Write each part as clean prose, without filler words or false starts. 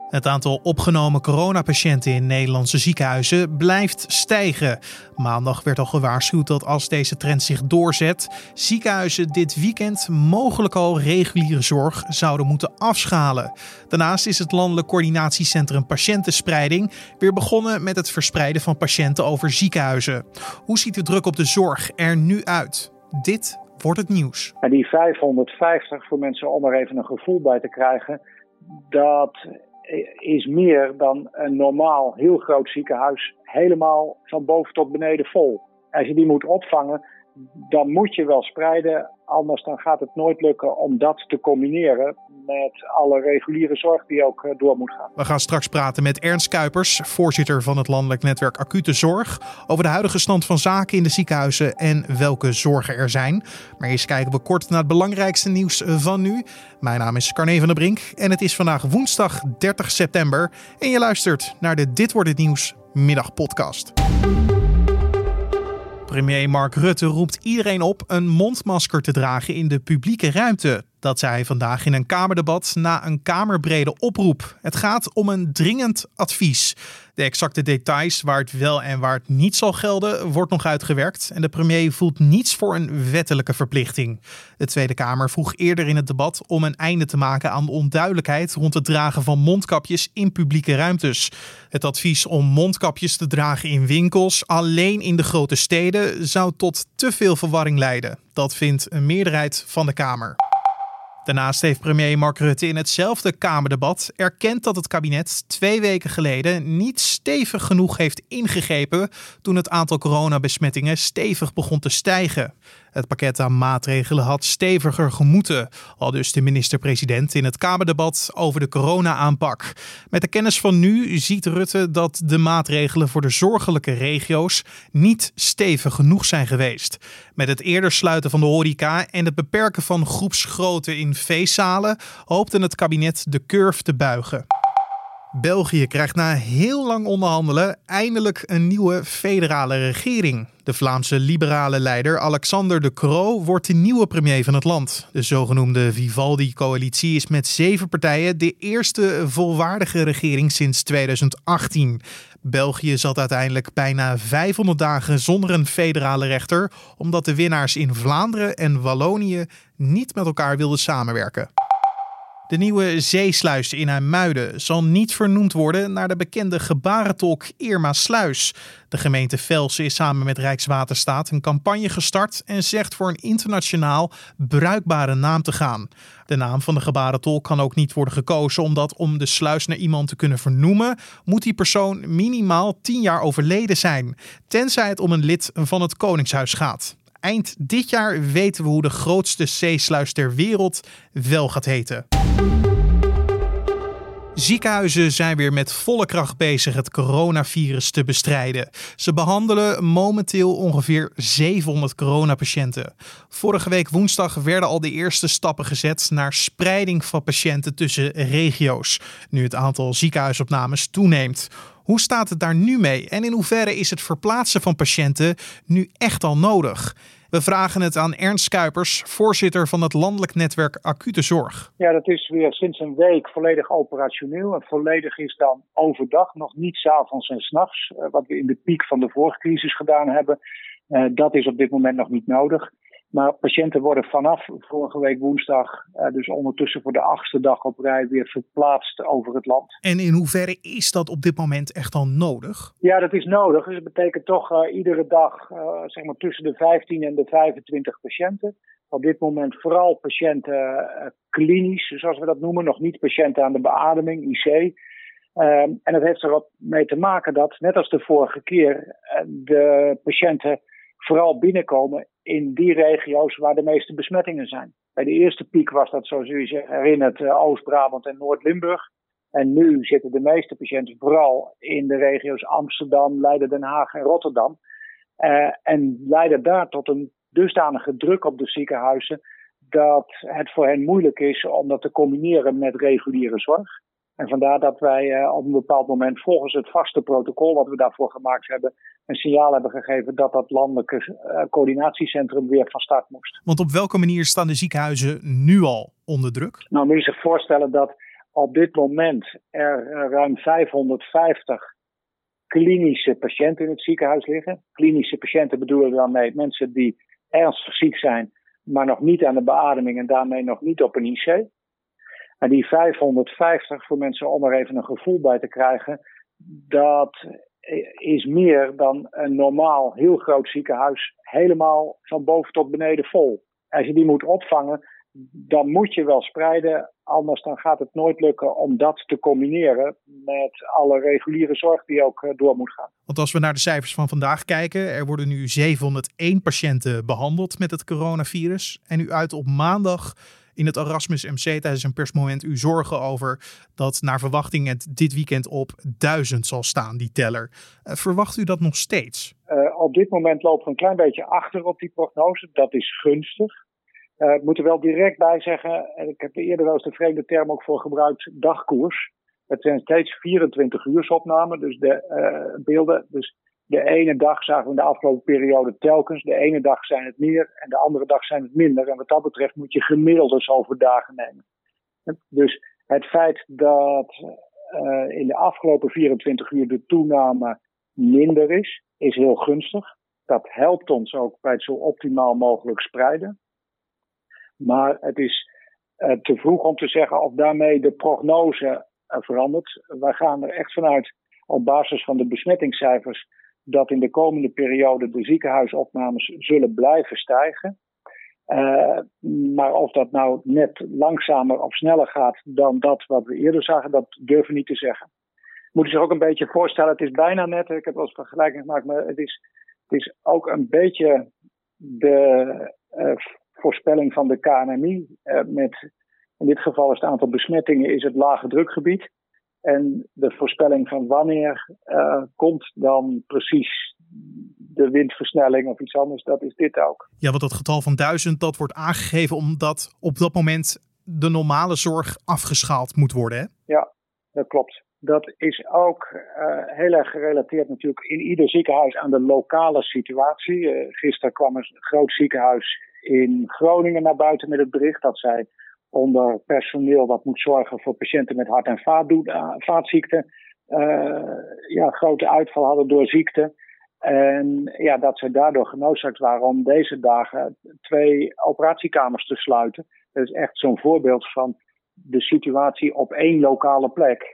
Het aantal opgenomen coronapatiënten in Nederlandse ziekenhuizen blijft stijgen. Maandag werd al gewaarschuwd dat als deze trend zich doorzet, ziekenhuizen dit weekend mogelijk al reguliere zorg zouden moeten afschalen. Daarnaast is het Landelijk Coördinatiecentrum Patiëntenspreiding weer begonnen met het verspreiden van patiënten over ziekenhuizen. Hoe ziet de druk op de zorg er nu uit? Dit wordt het nieuws. En die 550, voor mensen om er even een gevoel bij te krijgen, dat is meer dan een normaal heel groot ziekenhuis helemaal van boven tot beneden vol. Als je die moet opvangen, dan moet je wel spreiden, anders dan gaat het nooit lukken om dat te combineren met alle reguliere zorg die ook door moet gaan. We gaan straks praten met Ernst Kuipers, voorzitter van het Landelijk Netwerk Acute Zorg, over de huidige stand van zaken in de ziekenhuizen en welke zorgen er zijn. Maar eerst kijken we kort naar het belangrijkste nieuws van nu. Mijn naam is Carne van der Brink en het is vandaag woensdag 30 september en je luistert naar de Dit Wordt Het Nieuws middagpodcast. Premier Mark Rutte roept iedereen op een mondmasker te dragen in de publieke ruimte. Dat zei hij vandaag in een Kamerdebat na een kamerbrede oproep. Het gaat om een dringend advies. De exacte details waar het wel en waar het niet zal gelden, wordt nog uitgewerkt. En de premier voelt niets voor een wettelijke verplichting. De Tweede Kamer vroeg eerder in het debat om een einde te maken aan de onduidelijkheid rond het dragen van mondkapjes in publieke ruimtes. Het advies om mondkapjes te dragen in winkels, alleen in de grote steden, zou tot te veel verwarring leiden. Dat vindt een meerderheid van de Kamer. Daarnaast heeft premier Mark Rutte in hetzelfde Kamerdebat erkend dat het kabinet 2 weken geleden niet stevig genoeg heeft ingegrepen toen het aantal coronabesmettingen stevig begon te stijgen. Het pakket aan maatregelen had steviger gemoeten, aldus de minister-president in het Kamerdebat over de corona-aanpak. Met de kennis van nu ziet Rutte dat de maatregelen voor de zorgelijke regio's niet stevig genoeg zijn geweest. Met het eerder sluiten van de horeca en het beperken van groepsgrootte in feestzalen hoopte het kabinet de curve te buigen. België krijgt na heel lang onderhandelen eindelijk een nieuwe federale regering. De Vlaamse liberale leider Alexander De Croo wordt de nieuwe premier van het land. De zogenoemde Vivaldi-coalitie is met 7 partijen de eerste volwaardige regering sinds 2018. België zat uiteindelijk bijna 500 dagen zonder een federale rechter, omdat de winnaars in Vlaanderen en Wallonië niet met elkaar wilden samenwerken. De nieuwe zeesluis in IJmuiden zal niet vernoemd worden naar de bekende gebarentolk Irma Sluis. De gemeente Velsen is samen met Rijkswaterstaat een campagne gestart en zegt voor een internationaal bruikbare naam te gaan. De naam van de gebarentolk kan ook niet worden gekozen, omdat om de sluis naar iemand te kunnen vernoemen, moet die persoon minimaal 10 jaar overleden zijn, tenzij het om een lid van het Koningshuis gaat. Eind dit jaar weten we hoe de grootste zeesluis ter wereld wel gaat heten. Ziekenhuizen zijn weer met volle kracht bezig het coronavirus te bestrijden. Ze behandelen momenteel ongeveer 700 coronapatiënten. Vorige week woensdag werden al de eerste stappen gezet naar spreiding van patiënten tussen regio's, nu het aantal ziekenhuisopnames toeneemt. Hoe staat het daar nu mee en in hoeverre is het verplaatsen van patiënten nu echt al nodig? We vragen het aan Ernst Kuipers, voorzitter van het Landelijk Netwerk Acute Zorg. Ja, dat is weer sinds een week volledig operationeel. En volledig is dan overdag, nog niet 's avonds en 's nachts. Wat we in de piek van de vorige crisis gedaan hebben. Dat is op dit moment nog niet nodig. Maar patiënten worden vanaf vorige week woensdag, dus ondertussen voor de 8e dag op rij, weer verplaatst over het land. En in hoeverre is dat op dit moment echt al nodig? Ja, dat is nodig. Dus dat betekent toch iedere dag zeg maar tussen de 15 en de 25 patiënten. Op dit moment vooral patiënten klinisch, zoals we dat noemen. Nog niet patiënten aan de beademing, IC. En dat heeft er wat mee te maken dat, net als de vorige keer, de patiënten vooral binnenkomen in die regio's waar de meeste besmettingen zijn. Bij de eerste piek was dat, zoals u zich herinnert, Oost-Brabant en Noord-Limburg. En nu zitten de meeste patiënten vooral in de regio's Amsterdam, Leiden, Den Haag en Rotterdam. En leiden daar tot een dusdanige druk op de ziekenhuizen dat het voor hen moeilijk is om dat te combineren met reguliere zorg. En vandaar dat wij op een bepaald moment volgens het vaste protocol wat we daarvoor gemaakt hebben, een signaal hebben gegeven dat dat landelijke coördinatiecentrum weer van start moest. Want op welke manier staan de ziekenhuizen nu al onder druk? Nou, moet je zich voorstellen dat op dit moment er ruim 550 klinische patiënten in het ziekenhuis liggen. Klinische patiënten bedoelen we daarmee mensen die ernstig ziek zijn, maar nog niet aan de beademing en daarmee nog niet op een IC. En die 550, voor mensen om er even een gevoel bij te krijgen, dat is meer dan een normaal heel groot ziekenhuis helemaal van boven tot beneden vol. Als je die moet opvangen, dan moet je wel spreiden, anders dan gaat het nooit lukken om dat te combineren met alle reguliere zorg die ook door moet gaan. Want als we naar de cijfers van vandaag kijken, er worden nu 701 patiënten behandeld met het coronavirus. En u uit op maandag in het Erasmus MC tijdens een persmoment uw zorgen over dat naar verwachting het dit weekend op 1000 zal staan, die teller. Verwacht u dat nog steeds? Op dit moment lopen we een klein beetje achter op die prognose. Dat is gunstig. Ik moet er wel direct bij zeggen, en ik heb er eerder wel eens de vreemde term ook voor gebruikt, dagkoers. Het zijn steeds 24-uursopnamen, dus de beelden. Dus de ene dag zagen we in de afgelopen periode telkens. De ene dag zijn het meer en de andere dag zijn het minder. En wat dat betreft moet je gemiddeldes over dagen nemen. Dus het feit dat in de afgelopen 24 uur de toename minder is heel gunstig. Dat helpt ons ook bij het zo optimaal mogelijk spreiden. Maar het is te vroeg om te zeggen of daarmee de prognose verandert. Wij gaan er echt vanuit, op basis van de besmettingscijfers, dat in de komende periode de ziekenhuisopnames zullen blijven stijgen. Maar of dat nou net langzamer of sneller gaat dan dat wat we eerder zagen, dat durven we niet te zeggen. Moet je zich ook een beetje voorstellen, het is bijna net, ik heb wel eens vergelijking gemaakt, maar het is ook een beetje de voorspelling van de KNMI. In dit geval is het aantal besmettingen is het lage drukgebied. En de voorspelling van wanneer komt dan precies de windversnelling of iets anders, dat is dit ook. Ja, want dat getal van 1000, dat wordt aangegeven omdat op dat moment de normale zorg afgeschaald moet worden, hè? Ja, dat klopt. Dat is ook heel erg gerelateerd natuurlijk in ieder ziekenhuis aan de lokale situatie. Gisteren kwam een groot ziekenhuis in Groningen naar buiten met het bericht dat zij onder personeel dat moet zorgen voor patiënten met hart- en vaatziekten grote uitval hadden door ziekte. En ja, dat ze daardoor genoodzaakt waren om deze dagen 2 operatiekamers te sluiten. Dat is echt zo'n voorbeeld van de situatie op 1 lokale plek.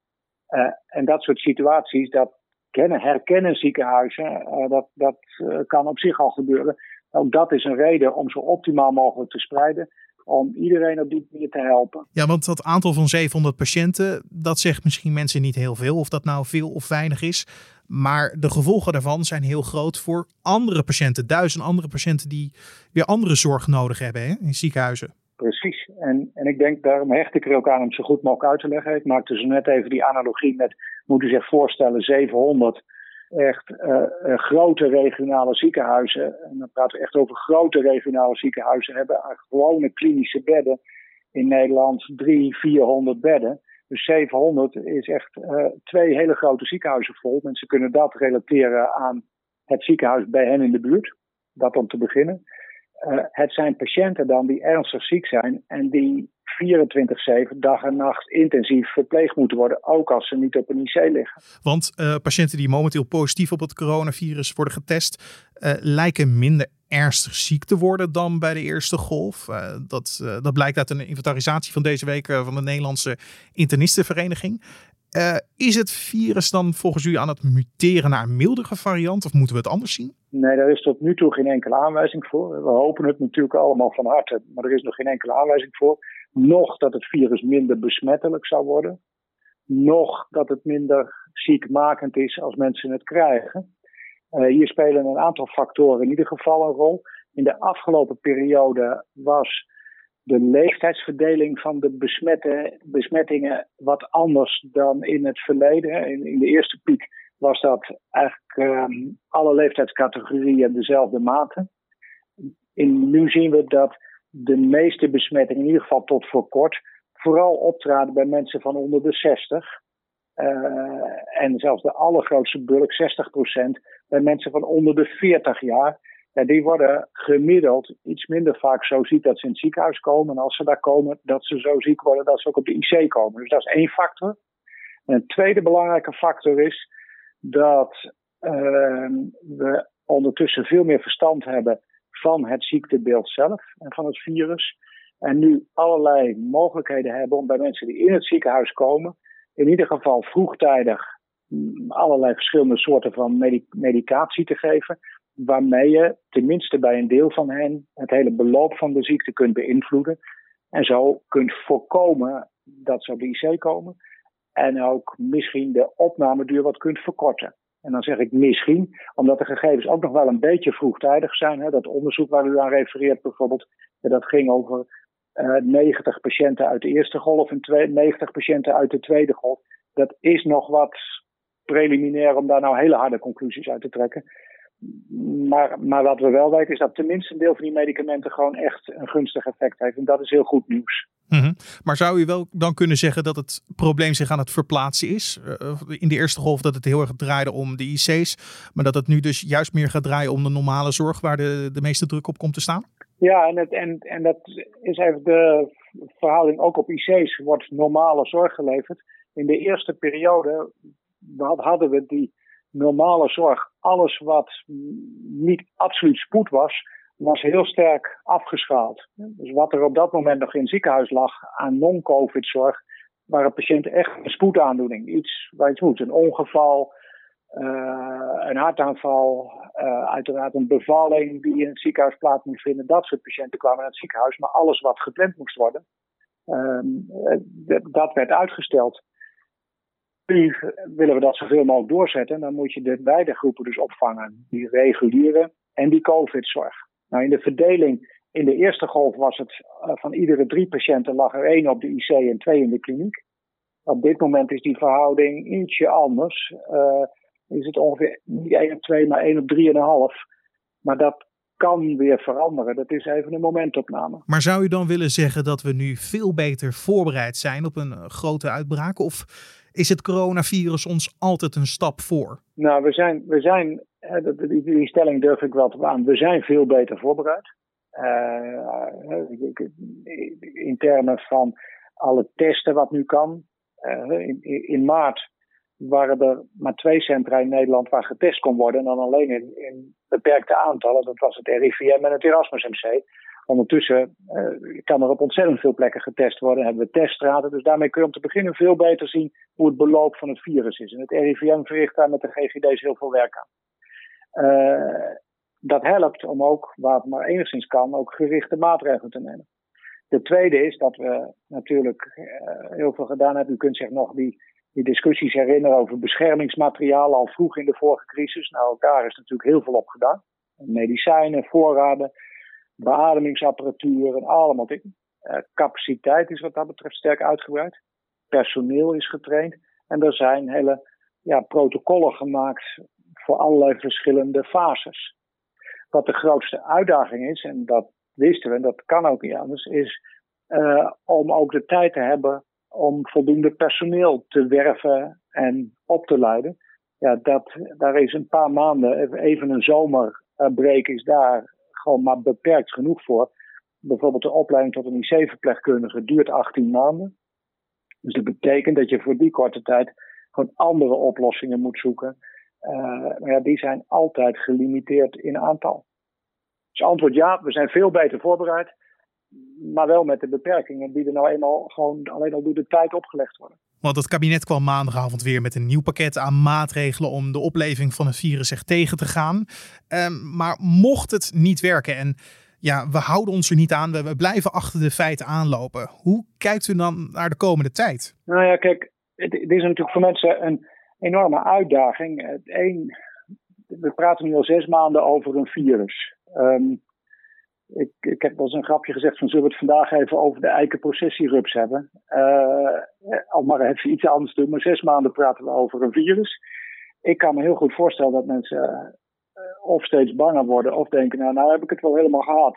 En dat soort situaties, dat herkennen ziekenhuizen. Dat kan op zich al gebeuren. Ook dat is een reden om zo optimaal mogelijk te spreiden. Om iedereen op die manier te helpen. Ja, want dat aantal van 700 patiënten, dat zegt misschien mensen niet heel veel. Of dat nou veel of weinig is. Maar de gevolgen daarvan zijn heel groot voor andere patiënten. 1000 andere patiënten die weer andere zorg nodig hebben, hè, in ziekenhuizen. Precies. En ik denk, daarom hecht ik er ook aan om het zo goed mogelijk uit te leggen. Ik maakte dus net even die analogie met, moet u zich voorstellen, 700 echt grote regionale ziekenhuizen. En dan praten we echt over grote regionale ziekenhuizen. Hebben gewone klinische bedden in Nederland 300-400 bedden. Dus 700 is echt 2 hele grote ziekenhuizen vol. Mensen kunnen dat relateren aan het ziekenhuis bij hen in de buurt. Dat om te beginnen. Het zijn patiënten dan die ernstig ziek zijn en die 24/7 dag en nacht intensief verpleegd moeten worden, ook als ze niet op een IC liggen. Want patiënten die momenteel positief op het coronavirus worden getest, lijken minder ernstig ziek te worden dan bij de eerste golf. Dat blijkt uit een inventarisatie van deze week van de Nederlandse Internistenvereniging. Is het virus dan volgens u aan het muteren naar een mildere variant of moeten we het anders zien? Nee, daar is tot nu toe geen enkele aanwijzing voor. We hopen het natuurlijk allemaal van harte, maar er is nog geen enkele aanwijzing voor. Nog dat het virus minder besmettelijk zou worden. Nog dat het minder ziekmakend is als mensen het krijgen. Hier spelen een aantal factoren in ieder geval een rol. In de afgelopen periode was de leeftijdsverdeling van de besmettingen wat anders dan in het verleden. In de eerste piek was dat eigenlijk alle leeftijdscategorieën dezelfde mate. Nu zien we dat de meeste besmettingen, in ieder geval tot voor kort, vooral optraden bij mensen van onder de 60. En zelfs de allergrootste bulk, 60%, bij mensen van onder de 40 jaar. Ja, die worden gemiddeld iets minder vaak zo ziek dat ze in het ziekenhuis komen. En als ze daar komen, dat ze zo ziek worden dat ze ook op de IC komen. Dus dat is één factor. En een tweede belangrijke factor is dat we ondertussen veel meer verstand hebben van het ziektebeeld zelf en van het virus. En nu allerlei mogelijkheden hebben om bij mensen die in het ziekenhuis komen, in ieder geval vroegtijdig allerlei verschillende soorten van medicatie te geven, waarmee je tenminste bij een deel van hen het hele beloop van de ziekte kunt beïnvloeden. En zo kunt voorkomen dat ze op de IC komen. En ook misschien de opnameduur wat kunt verkorten. En dan zeg ik misschien, omdat de gegevens ook nog wel een beetje vroegtijdig zijn. Hè, dat onderzoek waar u aan refereert bijvoorbeeld, dat ging over 90 patiënten uit de eerste golf en 90 patiënten uit de tweede golf. Dat is nog wat preliminair om daar nou hele harde conclusies uit te trekken. Maar wat we wel weten is dat tenminste een deel van die medicamenten gewoon echt een gunstig effect heeft. En dat is heel goed nieuws. Mm-hmm. Maar zou u wel dan kunnen zeggen dat het probleem zich aan het verplaatsen is? In de eerste golf dat het heel erg draaide om de IC's. Maar dat het nu dus juist meer gaat draaien om de normale zorg waar de meeste druk op komt te staan? Ja, en dat is even de verhouding. Ook op IC's wordt normale zorg geleverd. In de eerste periode hadden we die normale zorg. Alles wat niet absoluut spoed was heel sterk afgeschaald. Dus wat er op dat moment nog in het ziekenhuis lag aan non-COVID-zorg, waren patiënten echt een spoedaandoening. Iets waar iets moet. Een ongeval, een hartaanval, uiteraard een bevalling die in het ziekenhuis plaats moet vinden. Dat soort patiënten kwamen naar het ziekenhuis. Maar alles wat gepland moest worden, dat werd uitgesteld. Nu willen we dat zoveel mogelijk doorzetten. En dan moet je de beide groepen dus opvangen. Die reguliere en die COVID-zorg. Nou, in de verdeling in de eerste golf was het van iedere 3 patiënten lag er 1 op de IC en 2 in de kliniek. Op dit moment is die verhouding ietsje anders. Is het ongeveer niet 1 op 2, maar 1 op 3,5. Maar dat kan weer veranderen. Dat is even een momentopname. Maar zou u dan willen zeggen dat we nu veel beter voorbereid zijn op een grote uitbraak? Of is het coronavirus ons altijd een stap voor? Nou, we zijn die stelling durf ik wel te aan. We zijn veel beter voorbereid. In termen van alle testen wat nu kan. In maart waren er maar 2 centra in Nederland waar getest kon worden. En dan alleen in beperkte aantallen. Dat was het RIVM en het Erasmus MC. Ondertussen kan er op ontzettend veel plekken getest worden. Hebben we teststraten. Dus daarmee kun je om te beginnen veel beter zien hoe het beloop van het virus is. En het RIVM verricht daar met de GGD's heel veel werk aan. Dat helpt om ook, waar het maar enigszins kan, ook gerichte maatregelen te nemen. De tweede is dat we natuurlijk heel veel gedaan hebben. U kunt zich nog die discussies herinneren over beschermingsmateriaal al vroeg in de vorige crisis. Nou, daar is natuurlijk heel veel op gedaan. Medicijnen, voorraden, beademingsapparatuur en allemaal dingen. Capaciteit is wat dat betreft sterk uitgebreid. Personeel is getraind. En er zijn hele protocollen gemaakt voor allerlei verschillende fases. Wat de grootste uitdaging is, en dat wisten we, en dat kan ook niet anders, is om ook de tijd te hebben om voldoende personeel te werven en op te leiden. Ja, daar is een paar maanden, even een zomerbreak is daar gewoon maar beperkt genoeg voor. Bijvoorbeeld de opleiding tot een IC-verpleegkundige duurt 18 maanden. Dus dat betekent dat je voor die korte tijd gewoon andere oplossingen moet zoeken. Maar die zijn altijd gelimiteerd in aantal. Dus antwoord ja, we zijn veel beter voorbereid. Maar wel met de beperkingen die er nou eenmaal gewoon alleen al door de tijd opgelegd worden. Want het kabinet kwam maandagavond weer met een nieuw pakket aan maatregelen om de opleving van het virus echt tegen te gaan. Maar mocht het niet werken en we houden ons er niet aan, we blijven achter de feiten aanlopen. Hoe kijkt u dan naar de komende tijd? Nou ja, kijk, het is natuurlijk voor mensen een enorme uitdaging. We praten nu al 6 maanden over een virus. Ik heb wel eens een grapje gezegd van zullen we het vandaag even over de eikenprocessierups hebben. Al maar even iets anders doen, maar 6 maanden praten we over een virus. Ik kan me heel goed voorstellen dat mensen of steeds banger worden of denken nou heb ik het wel helemaal gehad.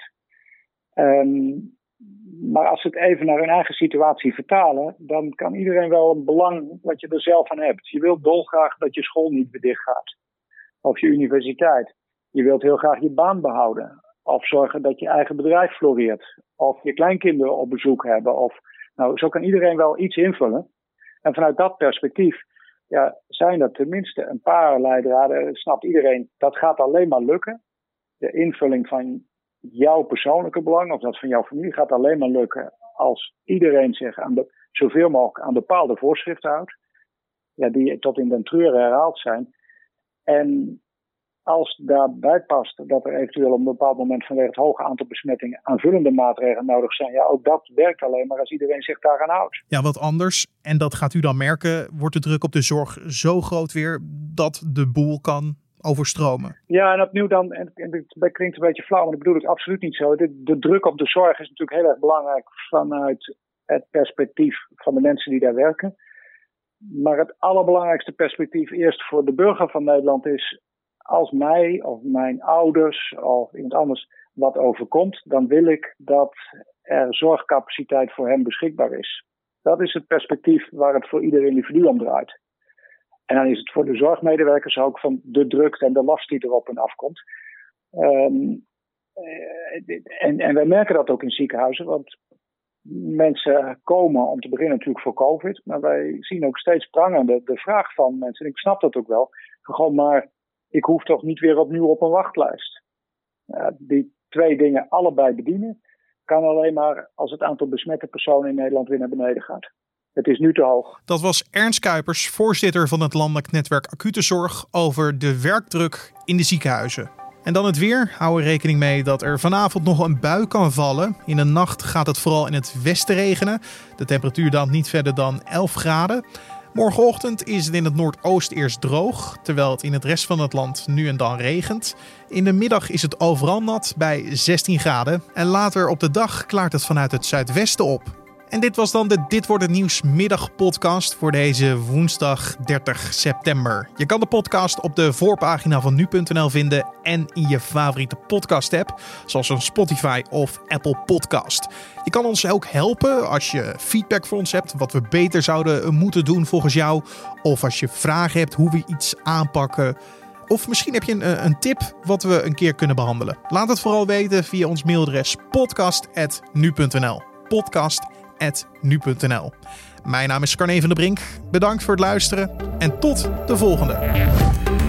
Maar als ze het even naar hun eigen situatie vertalen, dan kan iedereen wel een belang wat je er zelf aan hebt. Je wilt dolgraag dat je school niet weer dicht gaat. Of je universiteit. Je wilt heel graag je baan behouden. Of zorgen dat je eigen bedrijf floreert. Of je kleinkinderen op bezoek hebben. Of, nou, zo kan iedereen wel iets invullen. En vanuit dat perspectief zijn er tenminste een paar leidraden. Snapt iedereen, dat gaat alleen maar lukken. De invulling van jouw persoonlijke belang of dat van jouw familie gaat alleen maar lukken als iedereen zich zoveel mogelijk aan bepaalde voorschriften houdt. Ja, die tot in den treuren herhaald zijn. En als daarbij past dat er eventueel op een bepaald moment vanwege het hoge aantal besmettingen aanvullende maatregelen nodig zijn. Ja, ook dat werkt alleen maar als iedereen zich daaraan houdt. Ja, wat anders, en dat gaat u dan merken, wordt de druk op de zorg zo groot weer dat de boel kan overstromen. Ja, en opnieuw dan, en het klinkt een beetje flauw, maar dat bedoel ik absoluut niet zo. De druk op de zorg is natuurlijk heel erg belangrijk vanuit het perspectief van de mensen die daar werken. Maar het allerbelangrijkste perspectief eerst voor de burger van Nederland is, als mij of mijn ouders of iemand anders wat overkomt, dan wil ik dat er zorgcapaciteit voor hem beschikbaar is. Dat is het perspectief waar het voor ieder individu om draait. En dan is het voor de zorgmedewerkers ook van de drukte en de last die erop en afkomt. En wij merken dat ook in ziekenhuizen, want mensen komen om te beginnen natuurlijk voor COVID, maar wij zien ook steeds prangende de vraag van mensen, en ik snap dat ook wel, gewoon maar, ik hoef toch niet weer opnieuw op een wachtlijst. Die twee dingen allebei bedienen kan alleen maar als het aantal besmette personen in Nederland weer naar beneden gaat. Het is nu te hoog. Dat was Ernst Kuipers, voorzitter van het Landelijk Netwerk Acute Zorg, over de werkdruk in de ziekenhuizen. En dan het weer. Hou er rekening mee dat er vanavond nog een bui kan vallen. In de nacht gaat het vooral in het westen regenen. De temperatuur daalt niet verder dan 11 graden. Morgenochtend is het in het noordoosten eerst droog, terwijl het in het rest van het land nu en dan regent. In de middag is het overal nat bij 16 graden. En later op de dag klaart het vanuit het zuidwesten op. En dit was dan de Dit Wordt Het Nieuws middagpodcast voor deze woensdag 30 september. Je kan de podcast op de voorpagina van nu.nl vinden en in je favoriete podcast app, zoals een Spotify of Apple Podcast. Je kan ons ook helpen als je feedback voor ons hebt, wat we beter zouden moeten doen volgens jou. Of als je vragen hebt hoe we iets aanpakken. Of misschien heb je een tip wat we een keer kunnen behandelen. Laat het vooral weten via ons mailadres podcast@nu.nl. podcast@nu.nl. Mijn naam is Carne van der Brink. Bedankt voor het luisteren en tot de volgende.